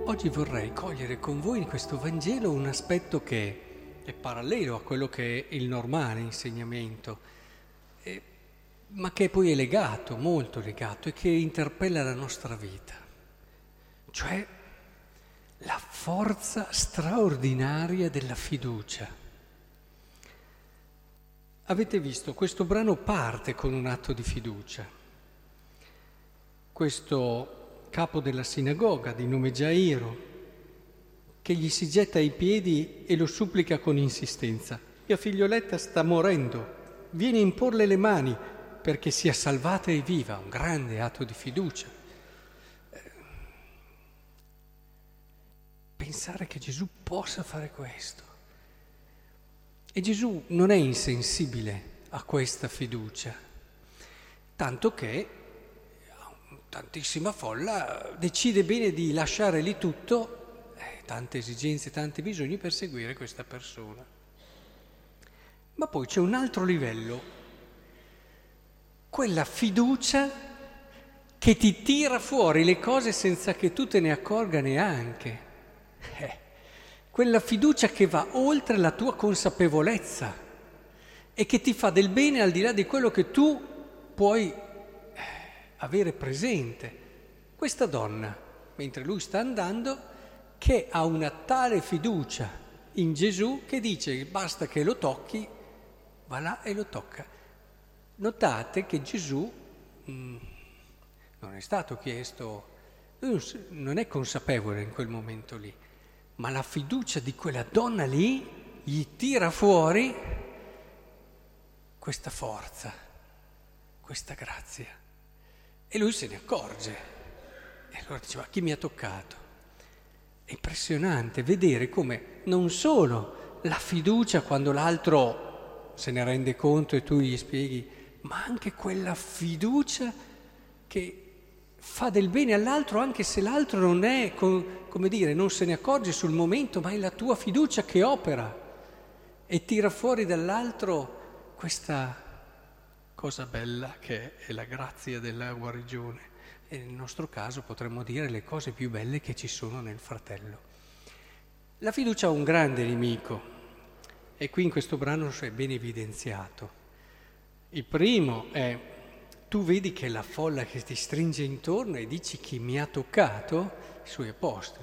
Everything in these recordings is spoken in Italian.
Oggi vorrei cogliere con voi in questo Vangelo un aspetto che è parallelo a quello che è il normale insegnamento, ma che poi è legato, molto legato, e che interpella la nostra vita, cioè la forza straordinaria della fiducia. Avete visto, questo brano parte con un atto di fiducia. Questo capo della sinagoga, di nome Gairo, che gli si getta ai piedi e lo supplica con insistenza. Mia figlioletta sta morendo, vieni a imporle le mani perché sia salvata e viva, un grande atto di fiducia. Pensare che Gesù possa fare questo. E Gesù non è insensibile a questa fiducia, tanto che tantissima folla decide bene di lasciare lì tutto, tante esigenze, tanti bisogni per seguire questa persona. Ma poi c'è un altro livello, quella fiducia che ti tira fuori le cose senza che tu te ne accorga neanche. Quella fiducia che va oltre la tua consapevolezza e che ti fa del bene al di là di quello che tu puoi avere presente. Questa donna, mentre lui sta andando, che ha una tale fiducia in Gesù che dice basta che lo tocchi, va là e lo tocca. Notate che Gesù non è stato chiesto, lui non è consapevole in quel momento lì, ma la fiducia di quella donna lì gli tira fuori questa forza, questa grazia. E lui se ne accorge. E allora dice, ma chi mi ha toccato? È impressionante vedere come non solo la fiducia quando l'altro se ne rende conto e tu gli spieghi, ma anche quella fiducia che fa del bene all'altro anche se l'altro non è, come dire, non se ne accorge sul momento, ma è la tua fiducia che opera e tira fuori dall'altro questa cosa bella che è la grazia della guarigione. E nel nostro caso potremmo dire le cose più belle che ci sono nel fratello. La fiducia ha un grande nemico e qui in questo brano è ben evidenziato. Il primo è: tu vedi che la folla che ti stringe intorno e dici chi mi ha toccato, i suoi apostoli,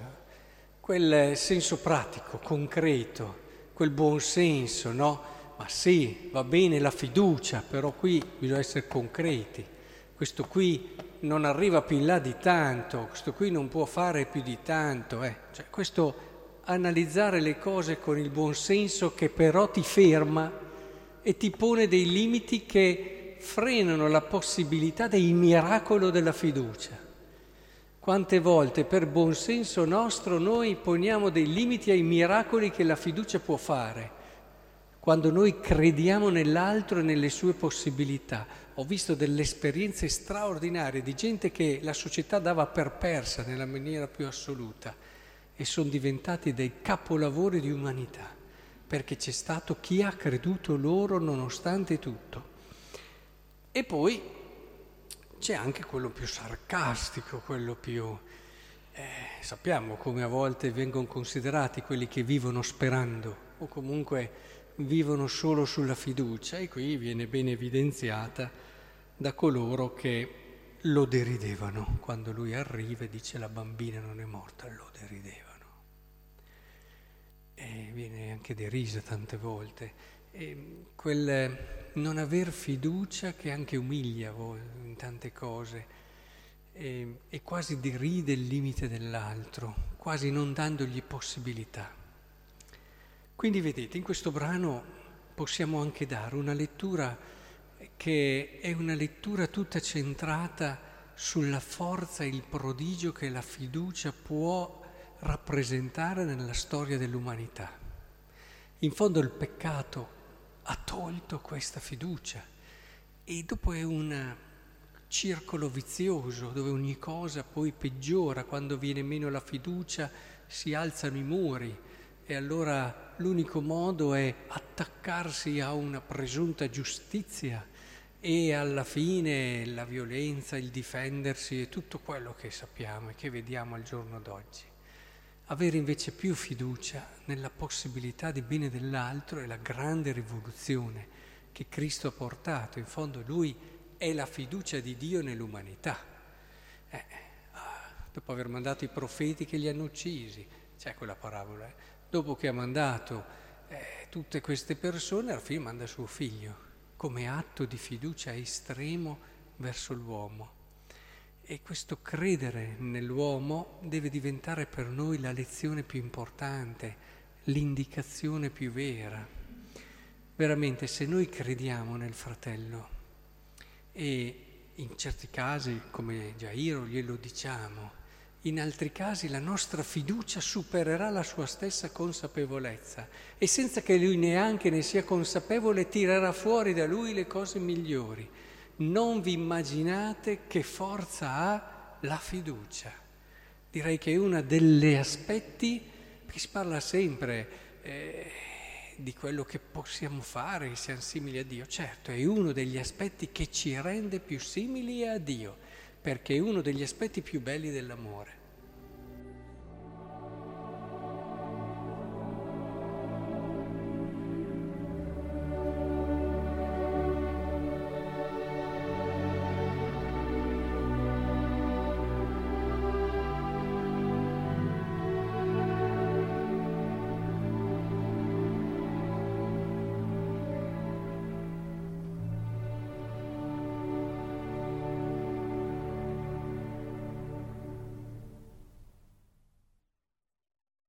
quel senso pratico, concreto, quel buon senso, no? Ma sì, va bene la fiducia, però qui bisogna essere concreti. Questo qui non arriva più in là di tanto, questo qui non può fare più di tanto. Cioè, questo analizzare le cose con il buon senso che però ti ferma e ti pone dei limiti che frenano la possibilità del miracolo della fiducia. Quante volte per buon senso nostro noi poniamo dei limiti ai miracoli che la fiducia può fare, quando noi crediamo nell'altro e nelle sue possibilità. Ho visto delle esperienze straordinarie di gente che la società dava per persa nella maniera più assoluta e sono diventati dei capolavori di umanità, perché c'è stato chi ha creduto loro nonostante tutto. E poi c'è anche quello più sarcastico, quello più... sappiamo come a volte vengono considerati quelli che vivono sperando o comunque vivono solo sulla fiducia, e qui viene ben evidenziata da coloro che lo deridevano. Quando lui arriva e dice la bambina non è morta, lo deridevano. E viene anche derisa tante volte. E quel non aver fiducia che anche umilia voi in tante cose e quasi deride il limite dell'altro, quasi non dandogli possibilità. Quindi vedete, in questo brano possiamo anche dare una lettura che è una lettura tutta centrata sulla forza e il prodigio che la fiducia può rappresentare nella storia dell'umanità. In fondo il peccato ha tolto questa fiducia e dopo è un circolo vizioso dove ogni cosa poi peggiora. Quando viene meno la fiducia si alzano i muri e allora l'unico modo è attaccarsi a una presunta giustizia e alla fine la violenza, il difendersi e tutto quello che sappiamo e che vediamo al giorno d'oggi. avere invece più fiducia nella possibilità di bene dell'altro è la grande rivoluzione che Cristo ha portato. In fondo Lui è la fiducia di Dio nell'umanità. Dopo aver mandato i profeti che li hanno uccisi, c'è quella parabola, dopo che ha mandato tutte queste persone, alla fine manda suo figlio, come atto di fiducia estremo verso l'uomo. E questo credere nell'uomo deve diventare per noi la lezione più importante, l'indicazione più vera. Veramente, se noi crediamo nel fratello e in certi casi, come Gairo, glielo diciamo, in altri casi la nostra fiducia supererà la sua stessa consapevolezza e senza che lui neanche ne sia consapevole tirerà fuori da lui le cose migliori. Non vi immaginate che forza ha la fiducia. Direi che è uno degli aspetti, perché si parla sempre di quello che possiamo fare, che siamo simili a Dio. Certo, è uno degli aspetti che ci rende più simili a Dio, perché è uno degli aspetti più belli dell'amore.